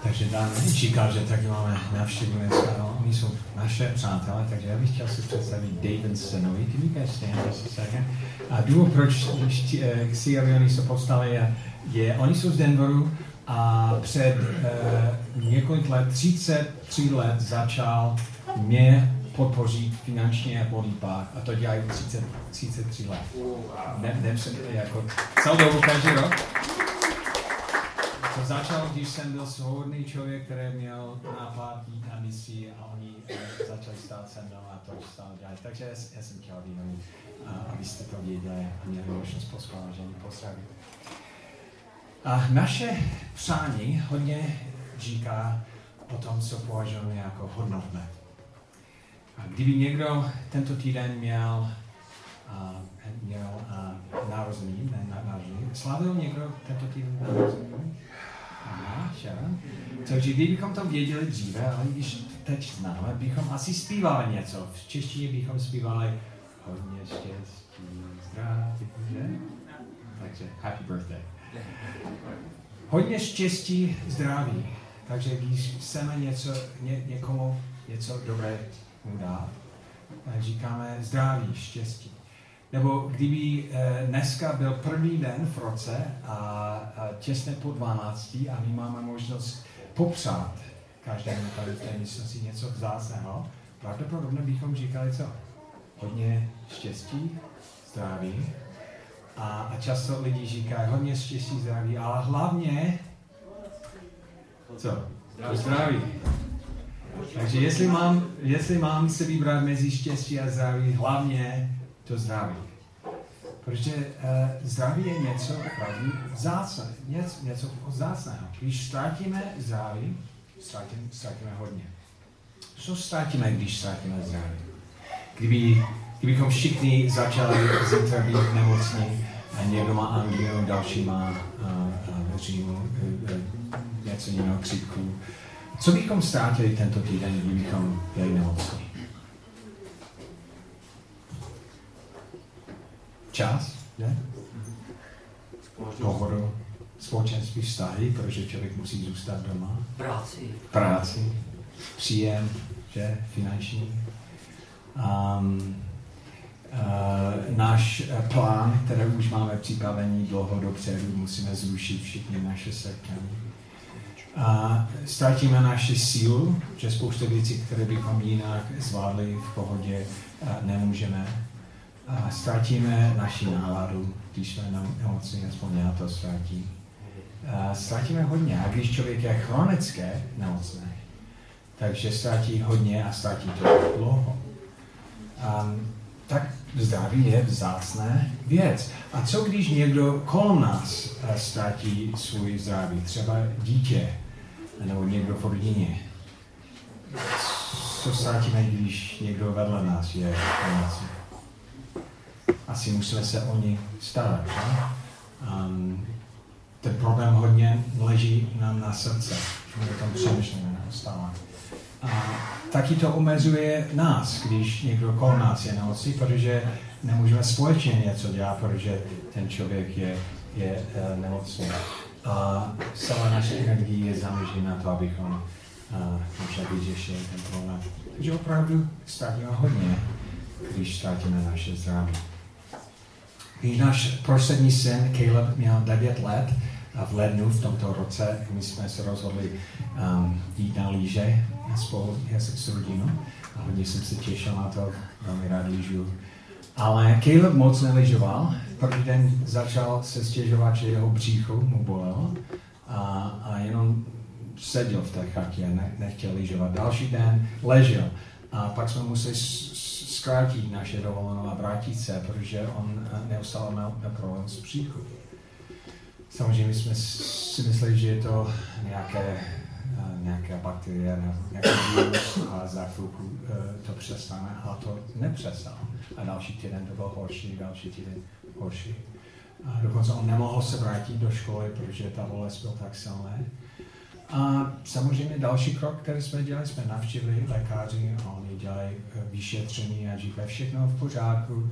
Takže Dan říkal, že taky máme návštěvu dneska, no, oni jsou naše přátelé, takže já bych chtěl si představit David Stanovi, can you guys stand just a second? A důvod, proč chci, aby oni se povstali, je, oni jsou z Denveru a před několik let, 33 let začal mě podpořit finančně v modlitbách a to dělají 33 let. Jako celou dobu každý rok. To začalo, když jsem byl svobodný člověk, který měl nápad jít na misi a oni začali stát se mnou a to stále dělat. Takže já jsem chtěl jenom, abyste to věděli a měli možnost poschválit, že mě pozdravit. A naše přání hodně říká o tom, co považujeme jako hodnotné. A kdyby někdo tento týden měl narozeniny, slavil někdo tento týden narozeniny? Aha, Sharon. Takže kdybychom to věděli dříve, ale když teď známe, bychom asi zpívali něco. V češtině bychom zpívali hodně štěstí, zdraví, že? Takže happy birthday. Hodně štěstí, zdraví. Takže když chceme někomu něco dobré mu dát, říkáme zdraví, štěstí. Nebo kdyby dneska byl první den v roce a těsně po 12 a my máme možnost popřát každému tady v té místnosti něco vzácného, pravděpodobně bychom říkali co? Hodně štěstí, zdraví. A často lidi říkají hodně štěstí, zdraví, ale hlavně co? Zdraví. Takže jestli mám se vybrat mezi štěstí a zdraví, hlavně to zdraví. Protože zdraví je něco opravdu vzácného, něco vzácného. Když ztratíme zdraví, ztratíme hodně. Co ztratíme, když ztratíme zdraví? Kdybychom všichni začali zítra být nemocní a někdo má anginu, další má veřínu, něco jiného, křipku. Co bychom ztratili tento týden, kdybychom byli nemocní? Čas, ne? Pohodu, společenství, vztahy, protože člověk musí zůstat doma. Práci, příjem, že? Finanční. Náš plán, který už máme připravený dlouho dopředu, musíme zrušit všechny naše setkání. Ztratíme naši sílu, že spousta věcí, které bychom jinak zvládli v pohodě, nemůžeme. Ztratíme naši náladu, když jsme nemocní, aspoň já to ztratím. Ztratíme hodně, a když člověk je chronické nemocné, takže ztratí hodně a ztratí to dlouho. Tak zdraví je vzácná věc. A co když někdo kolem nás ztratí svůj zdraví, třeba dítě, nebo někdo v rodině? Co ztratíme, když někdo vedle nás je nemocný? Asi musíme se o ní starat. Ten problém hodně leží nám na srdce, když o tom přemýšlíme neustále. Taky to omezuje nás, když někdo kolem nás je nemocný, protože nemůžeme společně něco dělat, protože ten člověk je nemocný. A celá naše energie je zaměřena na to, abychom možná vyřešili ten problém. Takže opravdu ztratíme hodně, když ztratíme naše zdraví. Když náš poslední syn Caleb měl 9 let a v lednu v tomto roce my jsme se rozhodli jít na lyže spolu s rodinou a hodně jsem se těšil na to, velmi rád lyžuju. Ale Caleb moc nelyžoval, první den začal se stěžovat, že jeho břícho mu bolelo a jenom seděl v té chatě a nechtěl lyžovat. Další den ležel a pak jsme museli zkrátit naše dovolenou a vrátit se, protože on neustále měl problém s bříchem. Samozřejmě jsme si mysleli, že je to nějaké bakterie nebo nějaký virus a za chvilku to přestane, ale to nepřestalo. A další týden to bylo horší, další týden horší. A dokonce on nemohl se vrátit do školy, protože ta bolest byla tak silná. A samozřejmě další krok, který jsme dělali, jsme navštívili lékaři a oni dělají vyšetření a říkají všechno v pořádku.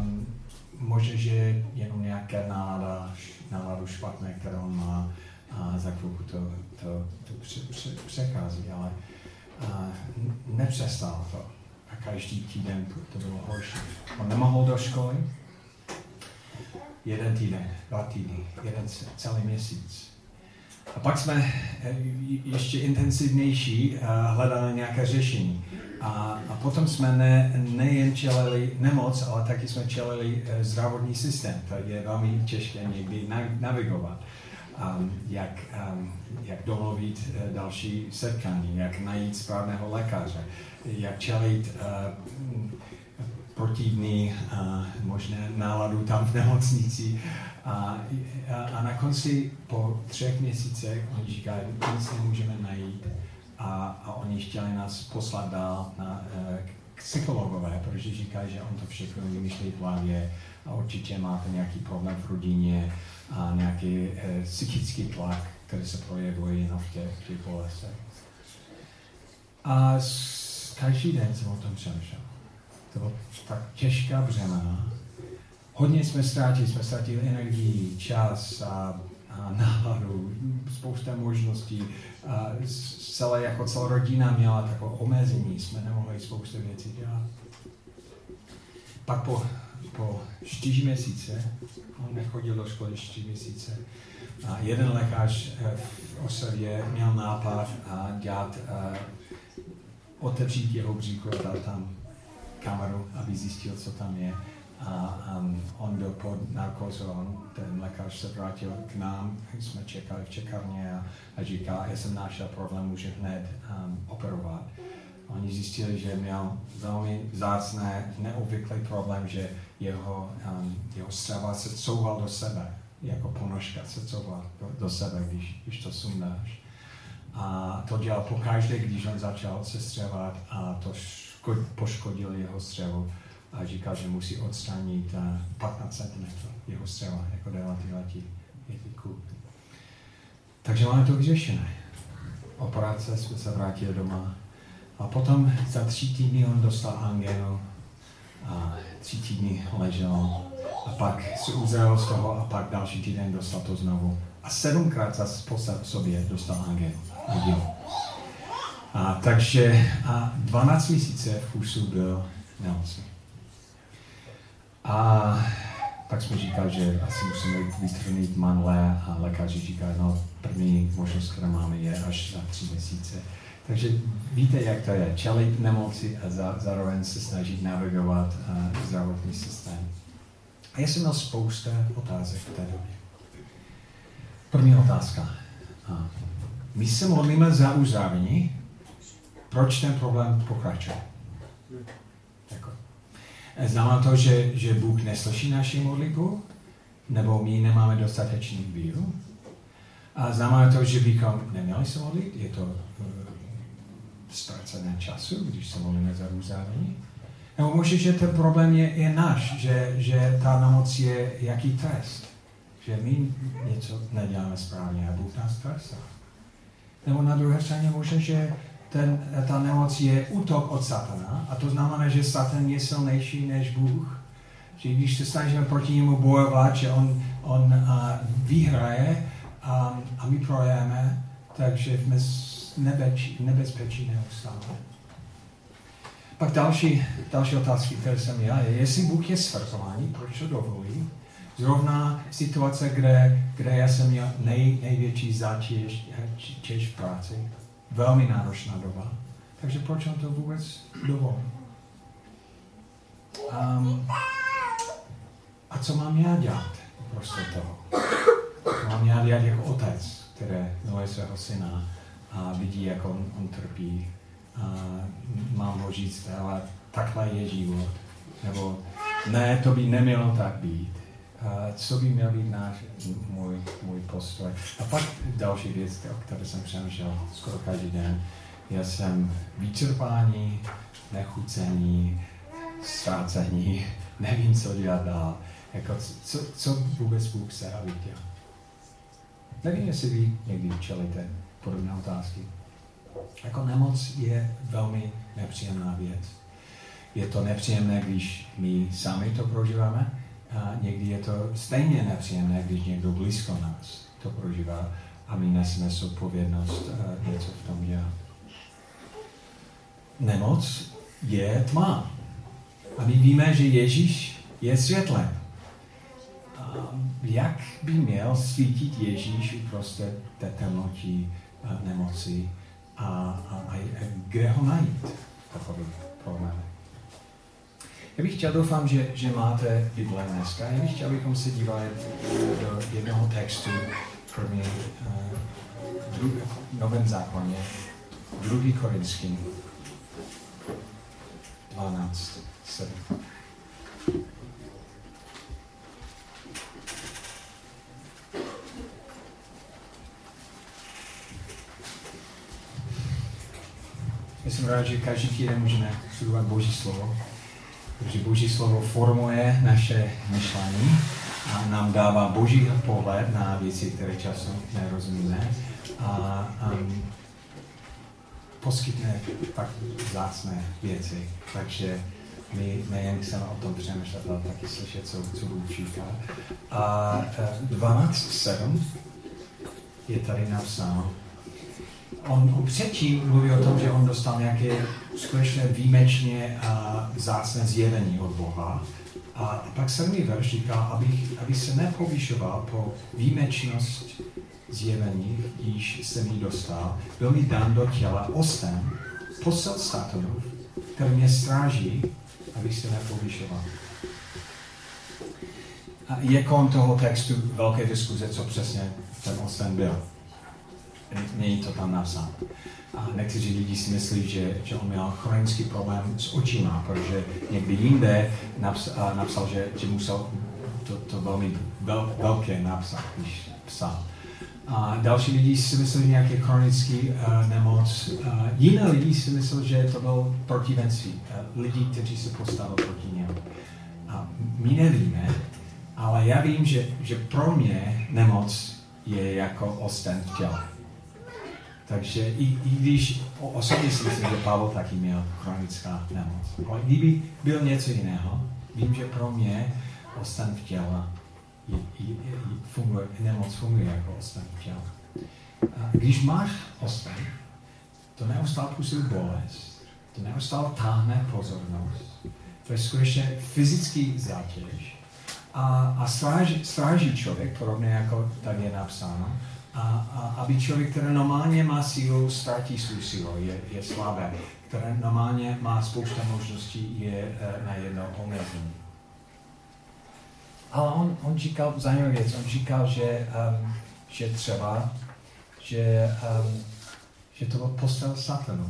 Možná, že jenom nějaké náladu špatné, kterou on má, a za chvilku to přechází, ale nepřestal to. A každý týden to bylo horší. On nemohl do školy. 1 týden, 2 týdny, celý měsíc. A pak jsme ještě intenzivnější hledali nějaké řešení. A potom jsme nejen čelili nemoc, ale taky jsme čelili zdravotní systém. To je velmi těžké někdy navigovat. Jak domluvit další setkání, jak najít správného lékaře, jak čelit protivný možné náladu tam v nemocnici. A na konci po 3 měsících oni říkají, nic nemůžeme najít a oni chtěli nás poslat dál k psychologové, protože říkají, že on to všechno vymýšlí v hlavě a určitě máte nějaký problém v rodině a nějaký psychický tlak, který se projevuje jenom v těch bolestech. A každý den jsem o tom přemýšlel. To bylo tak těžká břemena. Hodně jsme ztratili energii, čas a náladu, spousta možností. Celá rodina měla takové omezení, jsme nemohli spoustu věcí dělat. Pak po 4 měsíce, on nechodil do školy 4 měsíce, a jeden lékař v Osavě měl nápad otevřít jeho bříku a dát tam kameru, aby zjistil, co tam je. A on byl pod narkozou, ten lékař se vrátil k nám, jsme čekali v čekárně a říkal, já jsem našel problém, může hned operovat. Oni zjistili, že měl velmi vzácný, neobvyklý problém, že jeho střeva se couval do sebe, jako ponožka se couval do sebe, když to sundáš. A to dělal pokaždé, když on začal se střevat a to poškodil jeho střevu. A říkal, že musí odstranit 15 cm jeho střeva, jako 9letý kluk. Takže máme to vyřešené. Operace, jsme se vrátili doma. A potom za 3 týdny on dostal anginu a 3 týdny ležel. A pak se uzrel z toho a pak další týden dostal to znovu. A 7krát zase po sobě dostal anginu. Takže 12 měsíce v kůsu byl nemocný. A tak jsme říkali, že asi musíme vytrhnit manle a lékaři říkají, první možnost, kterou máme, je až za 3 měsíce. Takže víte, jak to je, čelit nemoci a zároveň se snažit navigovat zdravotní systém. A já jsem měl spousta otázek v té době. První otázka. My se modlíme za uzdravení, proč ten problém pokračuje? Znamená to, že Bůh neslyší naši modlitbu? Nebo my nemáme dostatečný víru? A znamená to, že bychom neměli se modlit? Je to ztracené času, když se modlíme za uzdravení? Nebo možná, že ten problém je náš, že ta nemoc je jaký trest? Že my něco neděláme správně a Bůh nás trestá. Nebo na druhé straně možná, že ta nemoc je útok od Satana a to znamená, že Satan je silnější než Bůh. Že když se snažíme proti němu bojovat, že on vyhraje a my projeme, takže jsme nebezpečí neustále. Pak další otázky, které jsem měl, je, jestli Bůh je svrchovaný, proč to dovolí? Zrovna situace, kde já jsem měl největší zátěž v práci. Velmi náročná doba. Takže proč on to vůbec dovolí? A co mám já dělat prostě toho? Co mám já dělat jako otec, který miluje svého syna a vidí, jak on trpí. Mám ho říct, ale takhle je život. Nebo ne, to by nemělo tak být. Co by měl být můj postoj. A pak další věc, o které jsem přemýšlel skoro každý den. Já jsem vyčerpání, nechucení, ztrácení, nevím, co dělat dál. Jako, co vůbec Bůh chce, abych dělal. Nevím, jestli vy někdy čelíte podobné otázky. Jako nemoc je velmi nepříjemná věc. Je to nepříjemné, když my sami to prožíváme, a někdy je to stejně nepříjemné, když někdo blízko nás to prožívá. a my neseme odpovědnost něco v tom dělat. Nemoc je tma. A my víme, že Ježíš je světlem. Jak by měl svítit Ježíš uprostřed té temnoty nemoci a kde ho najít? Takový problém. Já bych chtěl, doufám, že máte Bible dneska. Já bych chtěl, abychom se dívali do jednoho textu první v Novém zákoně, 2. Korinským 12:7. Já jsem rád, že každý týden můžeme studovat Boží slovo, protože Boží slovo formuje naše myšlení a nám dává Boží pohled na věci, které často nerozumíme a poskytne tak vzácné věci. Takže my nejen chceme o tom přemýšlet, ale taky slyšet, co Bůh říká. A 12:7 je tady napsáno. On předtím mluví o tom, že on dostal nějaké skutečně výjimečně vzácné zjevení od Boha. A pak 7. verš říká, aby se nepovyšoval po výjimečnost zjevení, již jsem jí dostal, byl mi dán do těla osten, posel Satanův, který mě stráží, abych se nepovyšoval. A je kolem toho textu velké diskuze, co přesně ten osten byl. Není to tam napsáno. A někteří lidi si myslí, že on měl chronický problém s očima, protože někdy jinde napsal, že musel to velmi velké napsat, když psal. A další lidi si mysleli nějaký chronický nemoc. Jiné lidi si mysleli, že to byl protivenství. Lidi, kteří se postavili proti němu. A my nevíme, ale já vím, že pro mě nemoc je jako osten v těle. Takže i když osobně si myslím, že Pavel taky měl chronická nemoc. Ale kdyby byl něco jiného, vím, že pro mě osten v těle nemoc funguje jako osten v těle. Když máš osten, to neustále působí bolest, to neustále táhne pozornost. To je skutečně fyzický zátěž. A stráží člověk, podobně jako tady je napsáno, a aby člověk, který normálně má sílu, ztratí svou sílu, je slabé, které normálně má spousta možností, je najednou omezený. Ale on říkal zajímavou věc, on říkal, že třeba, že to byl postel Satanův.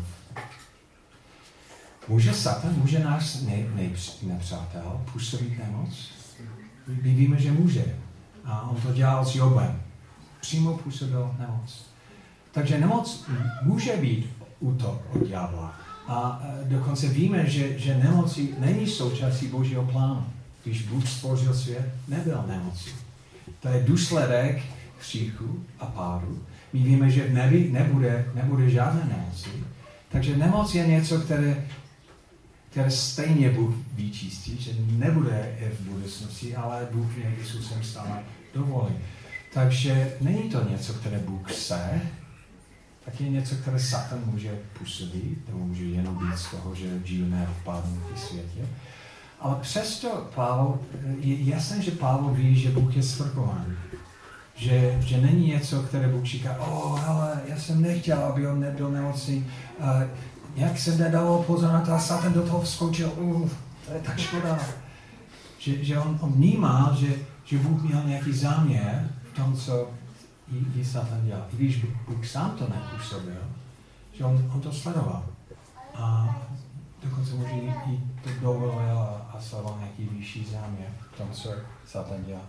Může náš nepřátel působit nemoc? My víme, že může. A on to dělal s Jobem. Přímo působil nemoc. Takže nemoc může být útok od ďábla. A dokonce víme, že nemoci není součástí Božího plánu. Když Bůh stvořil svět, nebyl nemocí. To je důsledek hříchu a pádu. My víme, že v nebi nebude žádné nemoci. Takže nemoc je něco, které stejně Bůh vyčistí, že nebude v budoucnosti, ale Bůh je Jesusem stále dovolí. Takže není to něco, které Bůh chce, tak je něco, které Satan může působit, nebo může jenom být z toho, že žijeme v pádném světě. Ale přesto je jasné, že Pavel ví, že Bůh je svrchovaný. Že není něco, které Bůh říká, hele, já jsem nechtěl, aby on nebyl nemocný, jak jsem nedával pozor na to a Satan do toho vskočil, to je tak škoda. Že on vnímal, že Bůh měl nějaký záměr v tom, co i Satan dělal. I když Bůh sám to nepůsobil, že on to sledoval. A dokonce může i to dovolil a sledoval nějaký vyšší záměr v tom, co Satan dělal.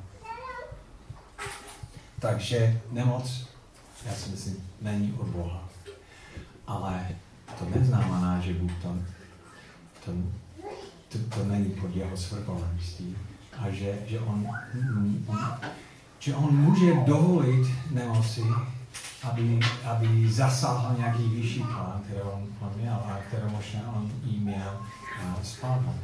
Takže nemoc, já si myslím, není od Boha. Ale to neznamená, že Bůh to není pod jeho svrchovaností a že on může dovolit nemoci, aby zasáhl nějaký vyšší plán, který on měl a který možná on jí měl spadnout.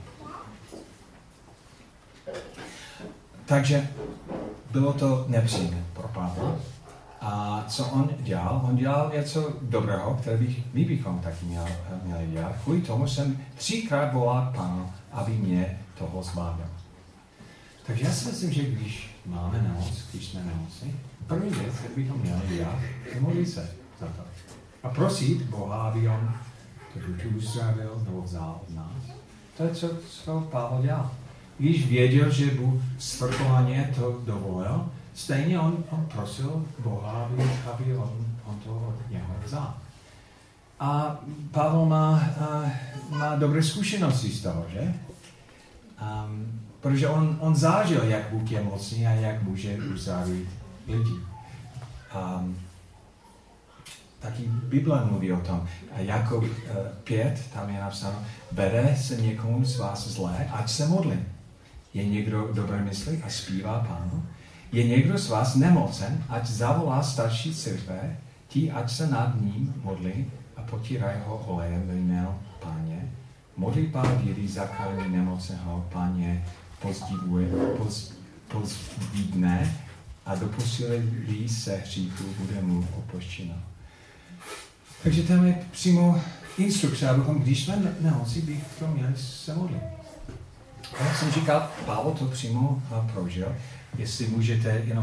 Takže bylo to nepříjemné pro Pavla A co on dělal? On dělal něco dobrého, které my bychom taky měli dělat. Kvůli tomu jsem 3krát volal Pánu, aby mě toho zbavil. Takže já si myslím, že když máme nemoc, když jsme nemoci, první věc, kterou bychom měli dělat, je modlit se za to. A prosit Boha, aby on to duchu uzdravil nebo vzal od nás. To je, co Pavel dělal. Když věděl, že Bůh svrchovaně to dovolil, stejně on prosil Boha, aby on to od něho vzal. A Pavel má dobré zkušenosti z toho, že? Protože on zážil, jak Bůh je mocný a jak může uzdravit lidi. Taky Bible mluví o tom. A Jakub 5, tam je napsáno, bere se někomu z vás zlé, ať se modlí. Je někdo dobré myslí a zpívá Pánu? Je někdo z vás nemocen, ať zavolá starší církve, ti, ať se nad ním modlí a potírají ho olejem ve jménu Páně. Modlí Pán víry zakrání nemocného, Páně pozdvídne a dopustili se hříchu, bude mu oproštěno. Takže tam je přímo instrukce, abychom, když jsme nemoci, bychom měli se modlit. A jak jsem říkal, Pavel to přímo prožil. Jestli můžete jenom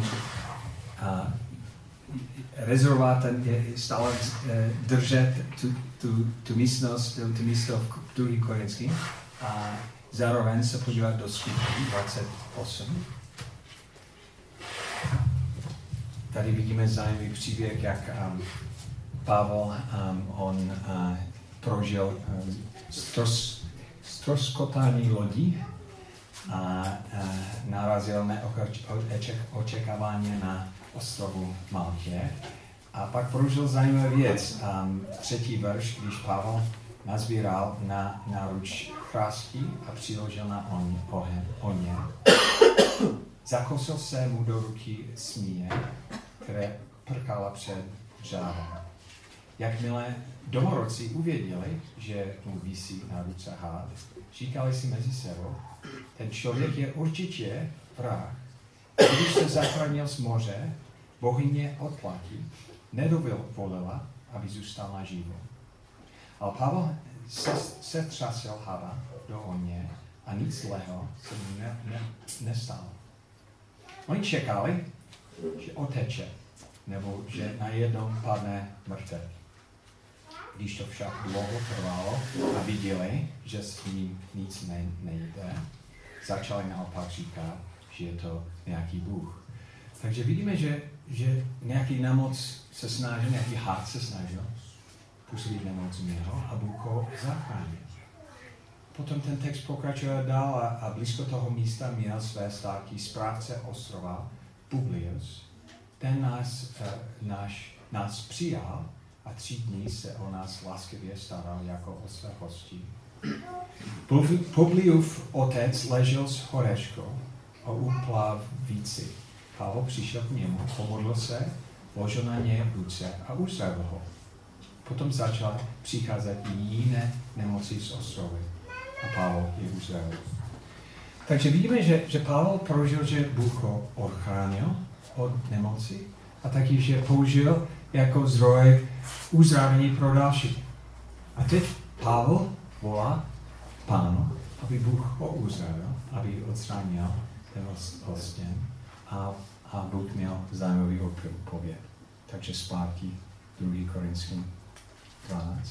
rezervovat, stále držet tu místnost, tu místo v 2. Korinským a zároveň se podívat do Skutků 28. Tady vidíme zajímavý příběh, jak Pavel on prožil ztroskotání lodí a narazil neočekávaně na ostrovu Maltě. A pak prožil zajímavou věc. 3. verš, když Pavel nazbíral na náruč chrásky a přiložil na oně. Zakosil se mu do ruky smíje, které prkala před žárem. Jakmile domorodci uvěděli, že mu visí na ruce hád, říkali si mezi sebou, ten člověk je určitě vrah. Když se zachránil z moře, bohyně odplatí, nedovolila, aby zůstal naživo. Ale Pavel se třasil hada do ohně a nic zlého se mu nestalo. Oni čekali, že oteče, nebo že najednou padne mrtev. Když to však dlouho trvalo a viděli, že s ním nic nejde, začali naopak říkat, že je to nějaký Bůh. Takže vidíme, že nějaký nemoc se snažil, nějaký had se snažil působit nemoc něho a Bůh ho zachránil. Potom ten text pokračuje dál a blízko toho místa měl své státky správce ostrova Publius. Ten nás přijal a 3 dny se o nás láskavě staral jako o své hosti. Publiův otec ležel s horečkou a uplavící. Pavel přišel k němu, pomodlil se, vložil na něj ruce a uzdravil ho. Potom začal přicházet i jiné nemoci z ostrovy a Pavel je uzdravil. Takže vidíme, že Pavel prožil, že Bůh ho ochránil od nemoci a taky, že použil jako zdroj uzdravení pro další. A teď Pavel volá Pánu, aby Bůh ho uzdravil, aby odstranil ten hostěn a Bůh měl zajímavý odpověď. Takže zpátky 2. Korinským 12.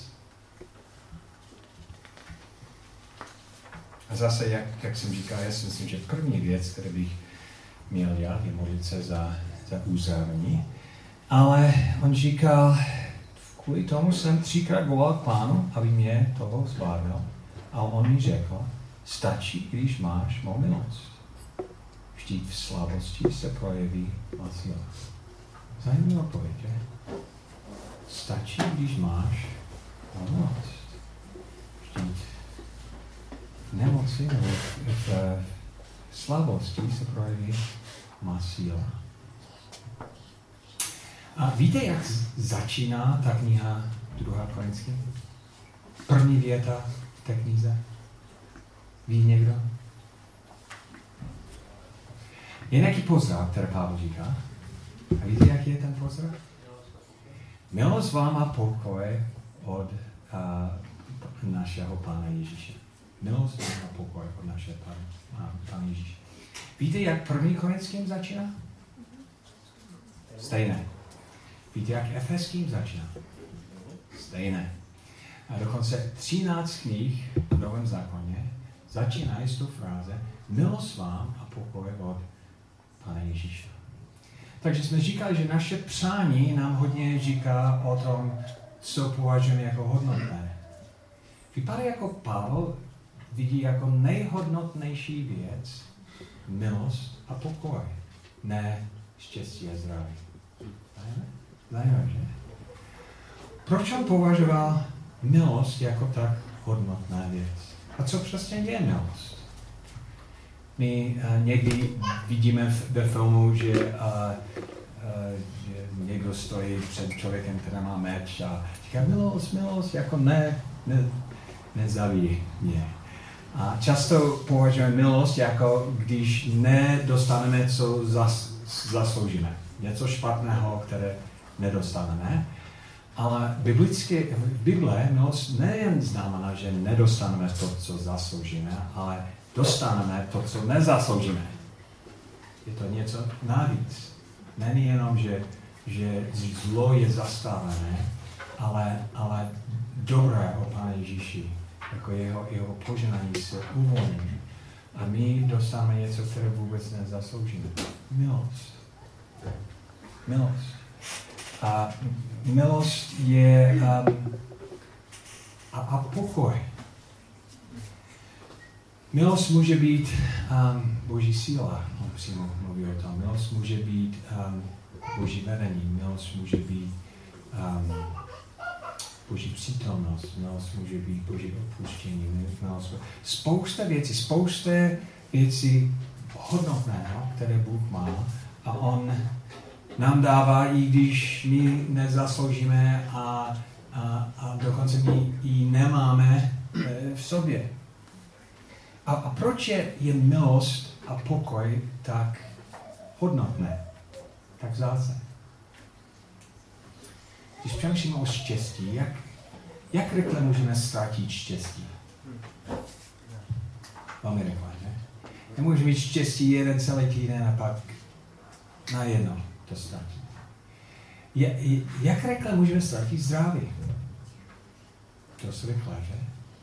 A zase, jak jsem říkal, já si myslím, že první věc, kterou bych měl dělat, je modlit se za uzdravení. Ale on říkal, kvůli tomu jsem 3krát volal k Pánu, aby mě toho zbavil. A on mi řekl, stačí, když máš mou milost. Vždyť v slabosti se projeví má síla. Zajímavá odpověď, že? Stačí, když máš mou milost. Vždyť v nemoci nebo v slabosti se projeví má síla. A víte, jak začíná ta kniha 2. Korinským? První věta v té knize. Ví někdo? Je nějaký pozdrav, který Pavel říká? A víte, jaký je ten pozdrav? Milost vám a pokoj od našeho Pána Ježíše. Milost vám a pokoj od našeho Pána Ježíše. Víte, jak 1. Korinským začíná? Stejné. Víte, jak Efeským začíná? Stejné. A dokonce 13 knih v Novém zákoně začínají s tou fráze milost vám a pokoj od Pána Ježíše. Takže jsme říkali, že naše přání nám hodně říká o tom, co považujeme jako hodnotné. Vypadá jako Pavel vidí jako nejhodnotnější věc milost a pokoj, ne štěstí a zdraví. Zajímavé, že? Proč on považoval milost jako tak hodnotná věc? A co přesně je milost? My někdy vidíme ve filmu, že někdo stojí před člověkem, který má meč a říká milost, jako nezaví mě. A často považujeme milost jako když nedostaneme, co zasloužíme. Něco špatného, které nedostaneme. Ale v Bible milost nejen znamená, že nedostaneme to, co zasloužíme, ale dostaneme to, co nezasloužíme. Je to něco navíc. Není jenom, že zlo je zastavené, ale dobré o Pánu Ježíši, jako jeho poženání se uvolní. A my dostáváme něco, které vůbec nezasloužíme. Milost. A milost je a pokoj. Milost může být Boží síla, on přímo mluví o tom. Milost může být Boží vedení, milost může být Boží přítomnost, milost může být Boží odpuštění, spousta věcí hodnotného, které Bůh má a on nám dává, i když my nezasloužíme a dokonce my ji nemáme v sobě. A proč je milost a pokoj tak hodnotné, tak vzácné? Když přemýšlíme o štěstí, jak rychle můžeme ztratit štěstí? Velmi rychle, ne? Nemůžeme mít štěstí jeden celý týden a pak najednou to ztratíme. Jak rychle můžeme ztratit zdraví? Dost rychle, že?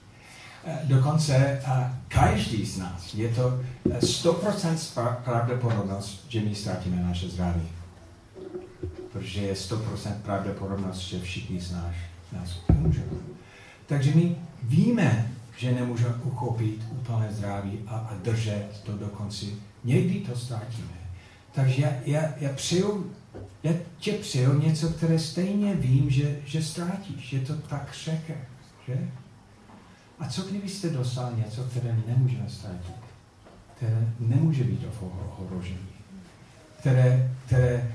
Dokonce každý z nás, je to 100% pravděpodobnost, že my ztratíme naše zdraví. Protože je 100% pravděpodobnost, že všichni z nás umřou. Takže my víme, že nemůžeme uchopit úplné zdraví a držet to do konce. Někdy to ztratíme. Takže já tě přeju něco, které stejně vím, že ztratíš. Je to tak křehké, že? A co kdybyste dostali něco, které nemůžeme ztratit? Které nemůže být ohrožení? Které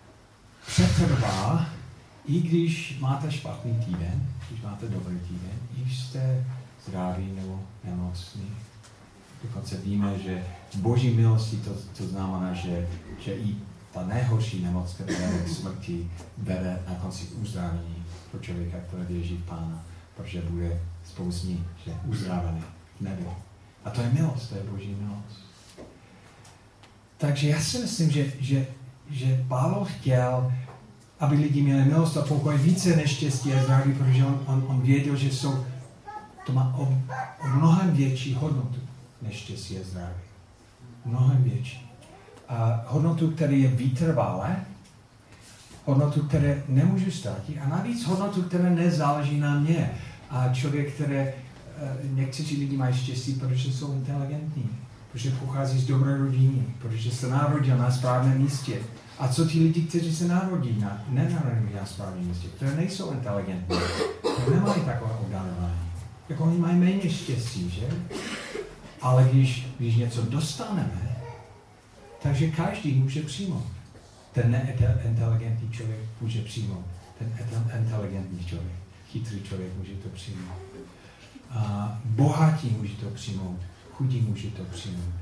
přetrvá, i když máte špatný týden, když máte dobrý týden, i když jste zdraví nebo nemocní. Dokonce víme, že Boží milosti to znamená, že i ta nejhorší nemoc, která vede k smrti, vede na konci uzdravení pro člověka, který věří v Pána, protože bude spolu s ním, že uzdravený v nebi. A to je milost, to je Boží milost. Takže já si myslím, že Pavel chtěl, aby lidi měli milost a pokoj více než štěstí a zdraví, protože on věděl, že to má o mnohem větší hodnotu než štěstí a zdraví. Mnohem větší. A hodnotu, která je vytrvalé, hodnotu, které nemůžu ztratit, a navíc hodnotu, která nezáleží na mě. A člověk, někteří lidi mají štěstí, protože jsou inteligentní, protože pochází z dobré rodiny, protože se narodil na správném místě. A co ti lidi, kteří se nenarodí na správném místě, které nejsou inteligentní, které nemají takové obdarování. Jako oni mají méně štěstí, že? Ale když něco dostaneme, takže každý může přijmout. Ten neinteligentní člověk může přijmout. Ten inteligentní člověk, chytrý člověk může to přijmout. Bohatí může to přijmout. Chudí může to přijmout.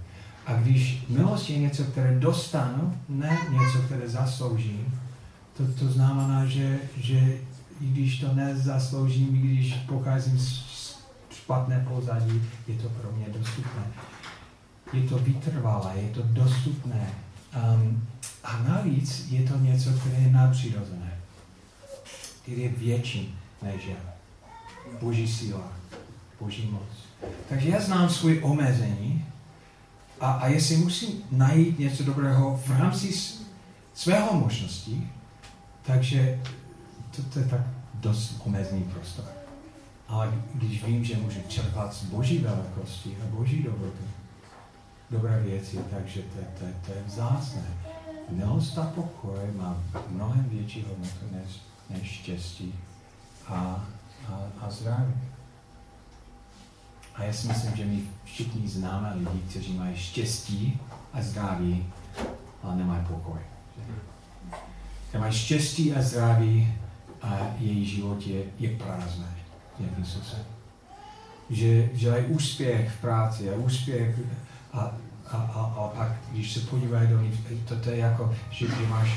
A když milost je něco, které dostanu, ne něco, které zasloužím, to znamená, že i když to nezasloužím, i když pocházím z špatné pozadí, je to pro mě dostupné. Je to vytrvalé, je to dostupné. A navíc je to něco, které je nadpřirozené, které je větší než já. Boží síla, Boží moc. Takže já znám svoje omezení a jestli musím najít něco dobrého v rámci svého možností, takže to je tak dost omezený prostor. Ale když vím, že můžu čerpat z Boží velikosti a Boží dobroty, dobré věci, takže to je vzácné. Milost a pokoj má mnohem větší hodnotu než štěstí a zdraví. A já si myslím, že my všichni známe lidi, kteří mají štěstí a zdraví, ale nemají pokoj. Když mají štěstí a zdraví a její život je prázdné. Jakým způsobem. Že mají úspěch v práci a úspěch a pak, když se podívají do nich, to je jako, že máš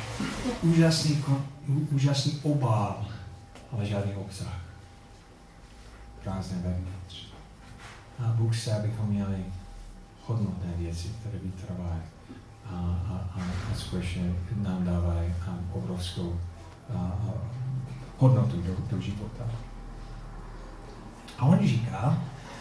úžasný obal, ale žádný obsah. Prázdné vevnitř. A Bůh chce, abychom měli hodnotné věci, které vytrvají a skutečně nám dávají obrovskou hodnotu do života. A on říká,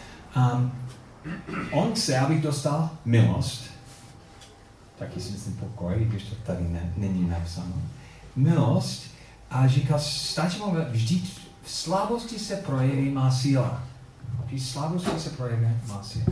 on chce, abych dostal milost, taky si myslím pokoj, když to tady není napsáno, milost, a říká, stačí mu vždyť v slabosti se projeví má síla. V slabosti se projeví má síla.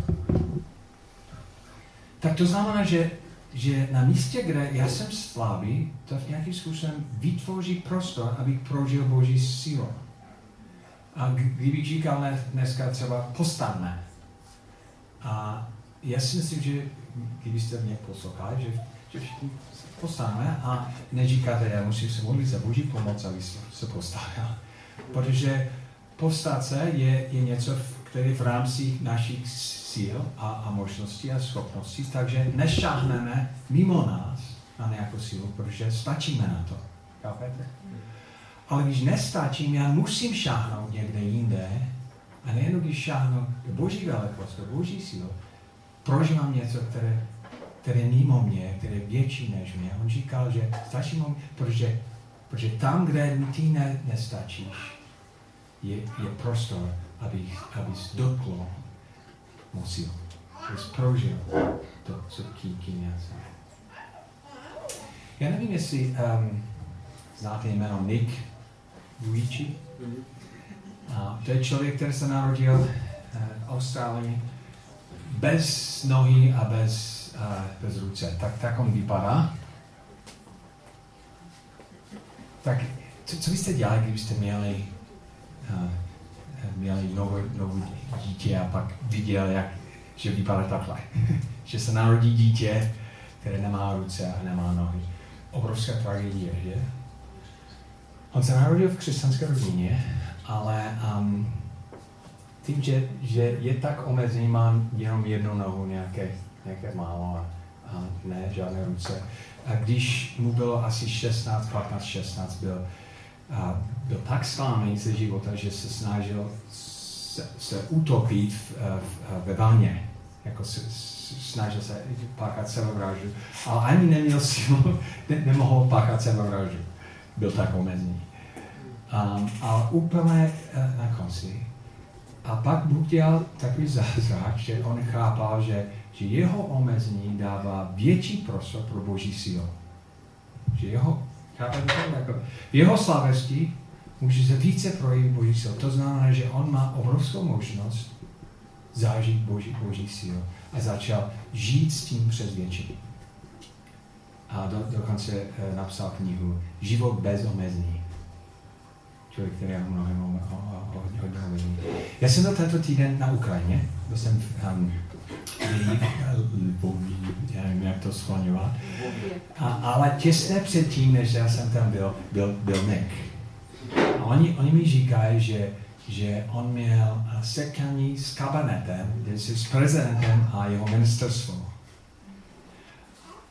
Tak to znamená, že na místě, kde já jsem slabý, to v nějakým způsobem vytvoří prostor, abych prožil Boží sílu. A kdybych říkal dneska třeba postavme. A já si myslím, že kdybyste mě poslouchali, že všichni postavme a neříkáte, já musím se modlit za Boží pomoc, aby se postavil. Protože postat se je něco, které v rámci našich síl a možností a schopností, takže nešáhneme mimo nás na nějakou sílu, protože stačíme na to. Chápete? Ale když nestačím, já musím šáhnout někde jinde a nejen když šáhnu do Boží velikosti, do Boží sílu, prožívám něco, které je mimo mě, které je větší než mě. On říkal, že stačí mu, protože tam, kde ty nestačíš, je prostor, abys dotkl mou sílu. Abys prožil to, co kým já jsem. Já nevím, jestli znáte jméno Nick Vujicic. To je člověk, který se narodil v Austrálii bez nohy a bez ruce. Tak on vypadá. Tak co byste dělali, kdybyste měli novou dítě a pak viděl, že vypadá takhle. Že se narodí dítě, které nemá ruce a nemá nohy. Obrovská tragédie, že? On se narodil v křesťanské rodině, ale tím, že je tak omezený, mám jenom jednu nohu, nějaké málo a ne, žádné ruce. A když mu bylo asi 16, byl tak zklamaný ze života, že se snažil se utopit ve vaně. Jako snažil se páchat sebevraždu, ale ani neměl sílu, nemohl páchat sebevraždu. Byl tak omezený. Ale úplně na konci. A pak Bůh dělal takový zázrak, že on chápal, že jeho omezení dává větší prostor pro Boží sílu. Že v jeho slabosti může se více projevit Boží sílu. To znamená, že on má obrovskou možnost zažít Boží sílu a začal žít s tím přesvědčením. A dokonce napsal knihu Život bez omezení. Člověk, který je mnohem hodně omezený. Já jsem byl tento týden na Ukrajině, byl jsem já nevím, jak to skloňovat. Ale těsně předtím, než já jsem tam byl Nick. A oni mi říkají, že on měl setkání s kabinetem, s prezidentem a jeho ministerstvo.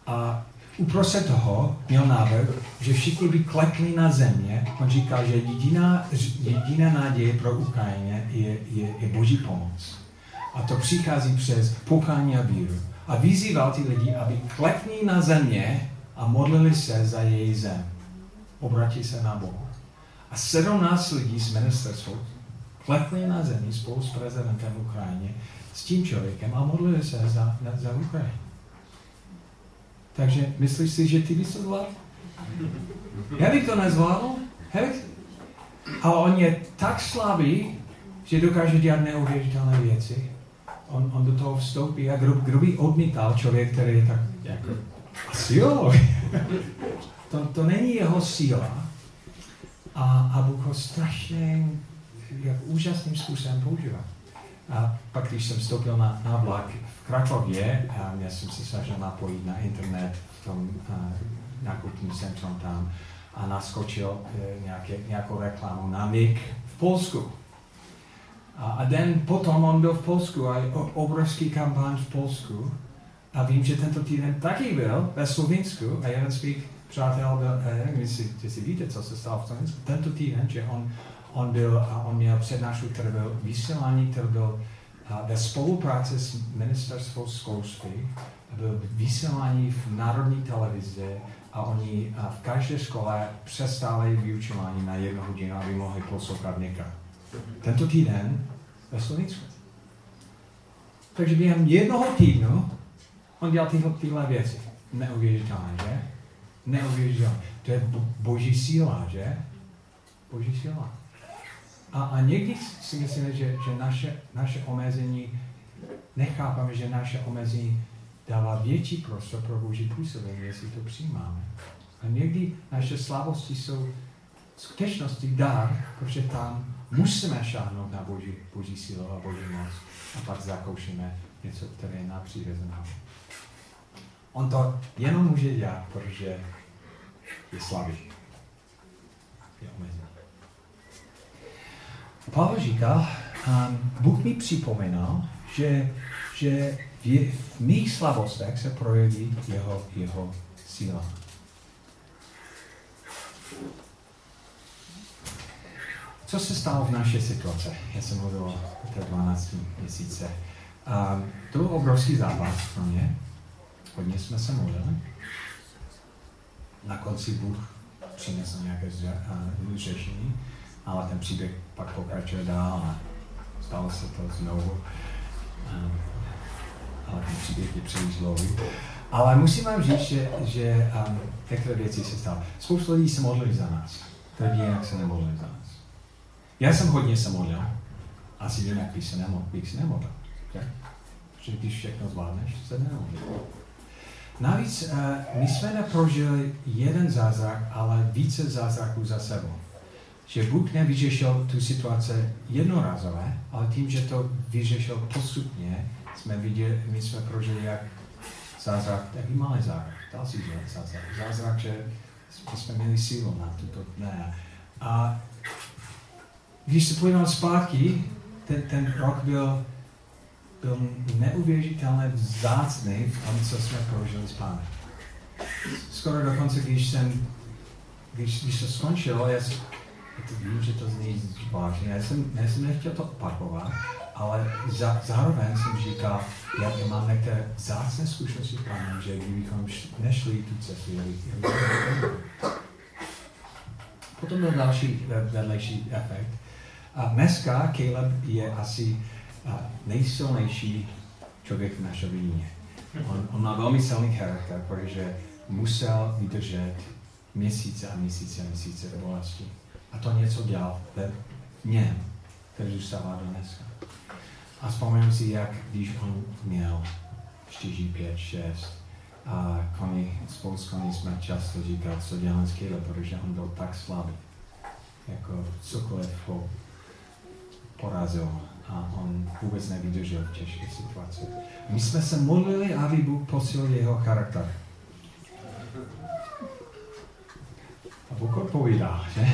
A uprostřed toho měl návrh, že všichni by klekli na země. On říkal, že jediná naděje pro Ukrajině je Boží pomoc. A to přichází přes pokání a víru. A vyzýval ty lidi, aby klekli na země a modlili se za její zem. Obratili se na Boha. A 17 lidí z ministerstva klekli na zemi spolu s prezidentem Ukrajiny, s tím člověkem a modlili se za Ukrajinu. Takže myslíš si, že ty bys to zvládl? Já bych to nezvládl. Ale on je tak slabý, že dokáže dělat neuvěřitelné věci. On do toho vstoupí a kdo by odmítal člověk, který je tak jako asi jo. To není jeho síla. A Bůh ho strašně úžasným způsobem používá. A pak, když jsem vstoupil na vlak v Krakově, já jsem se snažil napojit na internet v tom nákupním centrum tam a naskočil nějakou reklamu na MIG v Polsku. A den potom on byl v Polsku a obrovský kampaň v Polsku. A vím, že tento týden taky byl ve Slovinsku a jeden z mých přátel byl, nevím, jestli víte, co se stalo v Slovinsku, tento týden, že on měl přednášku, který byl vysílání, který byl ve spolupráci s ministerstvem školství, byl vysílání v národní televizi a oni v každé škole přestali vyučování na 1 hodinu, aby mohli poslouchat někam. Tento týden ve Slovinsku. Takže během 1 týdnu on dělal tyhle věci. Neuvěřitelné, že? Neuvěřitelné. To je Boží síla, že? Boží síla. A někdy si myslíme, že naše omezení, nechápáme, že naše omezení dává větší prostor pro Boží působení, jestli to přijímáme. A někdy naše slabosti jsou v skutečnosti dar, protože tam musíme šáhnout na Boží sílu a Boží moc a pak zakoušíme něco, které je nadpřirozené. On to jenom může dělat, protože je slabý. Je omezený. Pavel říkal, Bůh mi připomínal, že v mých slabostech se projeví jeho síla. Co se stalo v naší situaci? Já jsem mluvil o té 12 měsíce. To byl obrovský zápas pro mě. Hodně jsme se modlili. Na konci Bůh přinesl nějaké řešení, ale ten příběh pak pokračuje dál a stalo se to znovu. Ale ten příběh je příliš dlouhý. Ale musím vám říct, že některé věci se staly. Spoustu lidí se modlili za nás. Tady jinak se nemodlili za nás. Já jsem hodně se modlil. Asi jinak bych se nemodlil. Protože když všechno zvládneš, se nemodlil. Navíc my jsme neprožili jeden zázrak, ale více zázraků za sebou. Že Bůh nevyřešil tu situaci jednorázové, ale tím, že to vyřešil postupně, my jsme prožili jak zázrak, taky malý zázrak, další zázrak. Zázrak, že jsme měli sílu na tuto dne. A když se podíváme zpátky, ten rok byl neuvěřitelně vzácný v tom, co jsme prožili s Pánem. Skoro dokonce, když to skončilo, vím, že to zní vážně, já jsem nechtěl to opakovat, ale zároveň jsem říkal, já mám některé vzácné zkušenosti s Pánem, že kdybychom nešli tu cestu, potom byl další vedlejší efekt. A dneska Caleb je asi nejsilnější člověk v naší rodině. On má velmi silný charakter, protože musel vydržet měsíce a měsíce bolesti. A to něco dělal v něm, který zůstává do dneska. A vzpomínám si, jak když on měl 4, 5, 6 a spolu s koní jsme často říkali, co dělám s Caleb, protože on byl tak slabý. Jako cokoliv ho porazil a on vůbec nevydržel v těžké situaci. My jsme se modlili, aby Bůh posílil jeho charakter. A Bůh odpovídá, že?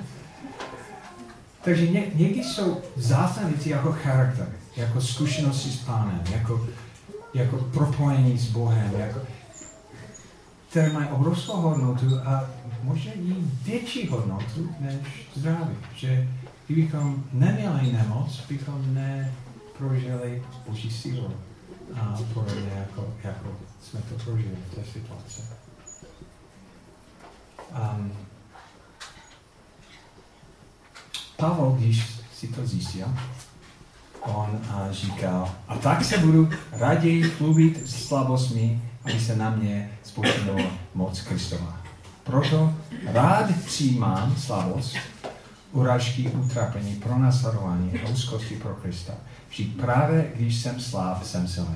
Takže někdy jsou vzácné věci jako charakter, jako zkušenosti s Pánem, jako propojení s Bohem. které mají obrovskou hodnotu a možná i větší hodnotu než zdraví. Že kdybychom neměli nemoc, bychom neprožili Boží sílu. A podobně jako jsme to prožili v té situaci. Pavel, když si to zjistil, on říkal, a tak se budu raději chlubit slabostmi, aby se na mě spočinula moc Kristova. Proto rád přijímám slabost, urážky, utrapení, pronásledování a úzkosti pro Krista. Vždyť právě když jsem slab, jsem silný.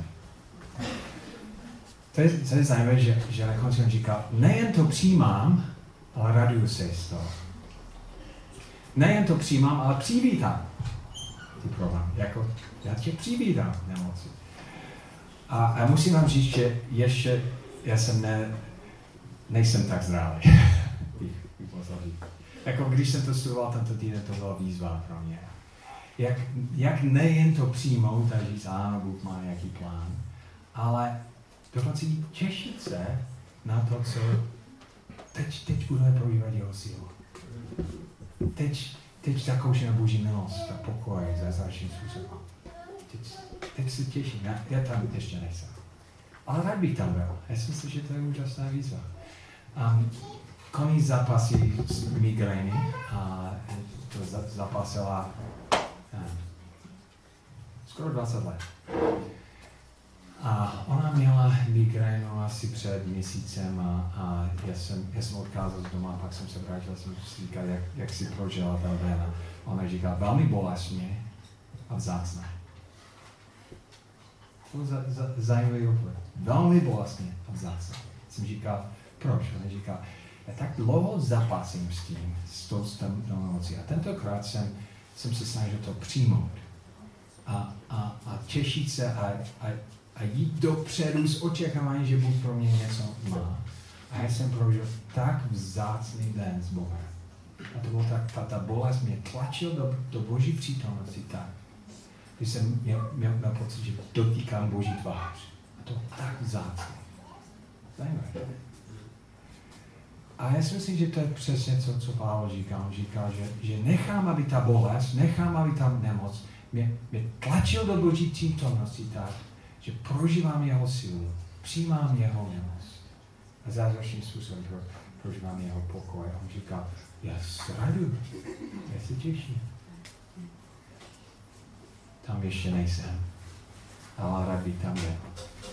To je zajímavé, že na konci on říká, nejen to přijímám, ale raduju se z toho. Nejen to přijímám, ale přivítám ty problémy. Jako, já tě přivítám nemoci. A musím vám říct, že ještě já nejsem tak zdravý. Jako když jsem to studoval tento týden, to byla výzva pro mě. Jak nejen to přijmout a říct, ano, Bůh má nějaký plán, ale dokonce těšit se na to, co teď budeme prožívat jeho sílu. Teď zakoušíme Boží milost a pokoj za zázračným způsobem. Teď se těším, já tam ještě nejsem. Ale rád bych tam byl. Já si myslím, že to je úžasná výzva. Koní zápasí s migrény a to zapasila skoro 20 let. A ona měla migrénu asi před měsícem a já jsem odkázal z doma, pak jsem se vrátil, jsem si říkal, jak si prožila ta den. Ona říká, velmi bolestně a vzácné. To je zajímavý opět. Velmi bolestně a vzácné. Jsem říkal, proč? Ona říká, já tak dlouho zapasím s tou nemocí. A tentokrát jsem se snažil to přijmout. A těšit se a jít dopředu s očekáváním, že Bůh pro mě něco má. A já jsem prožil tak vzácný den s Bohem. A to bylo tak, ta bolest mě tlačil do Boží přítomnosti tak, když jsem měl pocit, že dotýkám Boží tvář. A to tak vzácný. Zajímavé. A já si myslím, že to je přesně co Pavel říká. On říká, že nechám, aby ta bolest, nechám, aby ta nemoc mě tlačil do Boží přítomnosti tak, že prožívám jeho sílu, přijímám jeho milost. A zázračným způsobem prožívám jeho pokoj. A on říká, já se raduju, já se těším. Tam ještě nejsem, ale rád bych tam byl.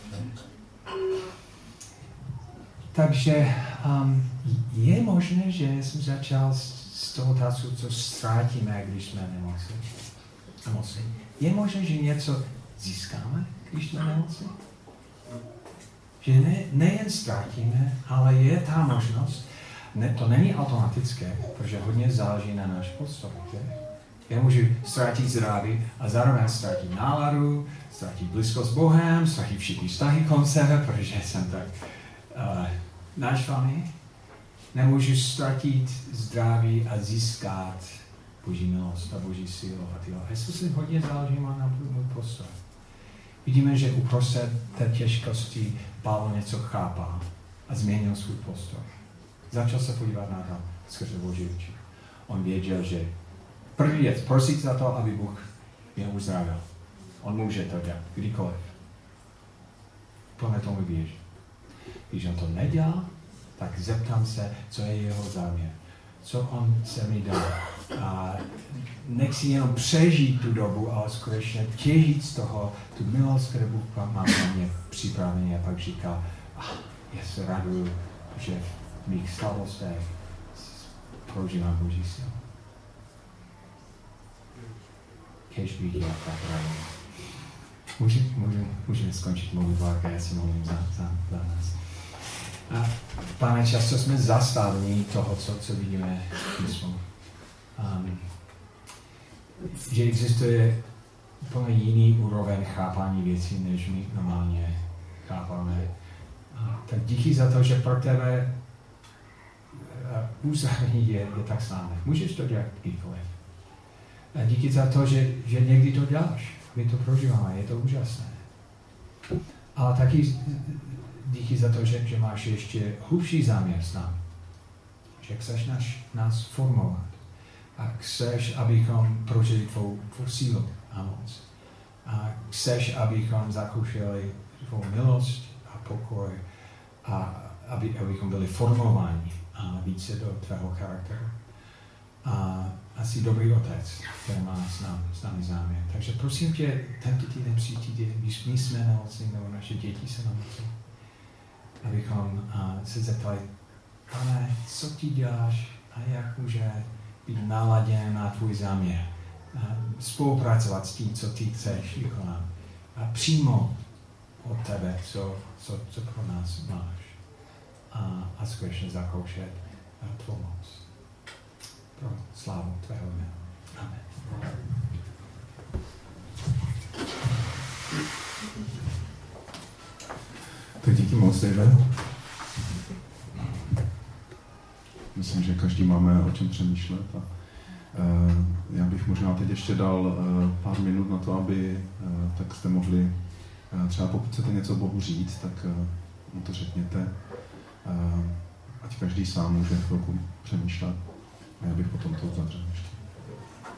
Takže je možné, že jsem začal s tou otázkou, co ztratíme, když jsme nemoci. Je možné, že něco získáme, když jsme nemoci? Že nejen ztratíme, ale je ta možnost, to není automatické, protože hodně záleží na náš postoj. Já můžu ztratit zdraví a zároveň ztratit náladu, ztratit blízkost s Bohem, ztratit všechny vztahy kolem sebe, protože jsem tak naštvaný. Nemůžu ztratit zdraví a získat Boží milost a Boží sílu. A Jezus hodně záleží na můj postoj. Vidíme, že uprostřed té těžkosti Pavel něco chápal a změnil svůj postoj. Začal se podívat na to skrze Boží oči. On věděl, že první věc, prosit za to, aby Bůh mě uzdravil. On může to dělat, kdykoliv. Plně tomu věří. Když on to nedělá, tak zeptám se, co je jeho záměr. Co on se mi dal. A nechci jenom přežít tu dobu, ale skutečně těžit z toho tu milost, kterou Bůh má na mě připravený. A pak říká, já se raduju, že v mých slabostech prožívám Boží sílu. Kéž bych dělal tak rád. Můžeme skončit modlitbu, já si modlím za nás. A Pane, často jsme zastavení toho, co vidíme v písmu. Že existuje úplně jiný úroveň chápání věcí, než my normálně chápáme. Tak díky za to, že pro tebe uzdravení je tak snadné. Můžeš to dělat kdykoliv. A díky za to, že někdy to děláš. My to prožíváme, je to úžasné. Ale taky díky za to, že máš ještě hlubší záměr s námi. Že chceš nás formovat. A chceš, abychom prožili tvou sílu a moc. A chceš, abychom zakoušeli tvou milost a pokoj. A abychom byli formováni více do tvého charakteru. A jsi dobrý otec, který má s námi záměr. Takže prosím tě, tento týden přijď, když my jsme nemocní, nebo naše děti se nemocní, abychom se zeptali, Pane, co ty děláš a jak může být naladěn na tvůj záměr. Spolupracovat s tím, co ty chceš vykonat. A přímo od tebe, co pro nás máš. A skutečně zakoušet tvou moc. Pro slávu tvého jména. Amen. Tak díky moc, Dave. Myslím, že každý máme o čem přemýšlet. A já bych možná teď ještě dal pár minut na to, aby tak jste mohli, třeba pokud chcete něco Bohu říct, tak mu to řekněte. Ať každý sám může chvilku přemýšlet. A já bych potom to uzavřel ještě.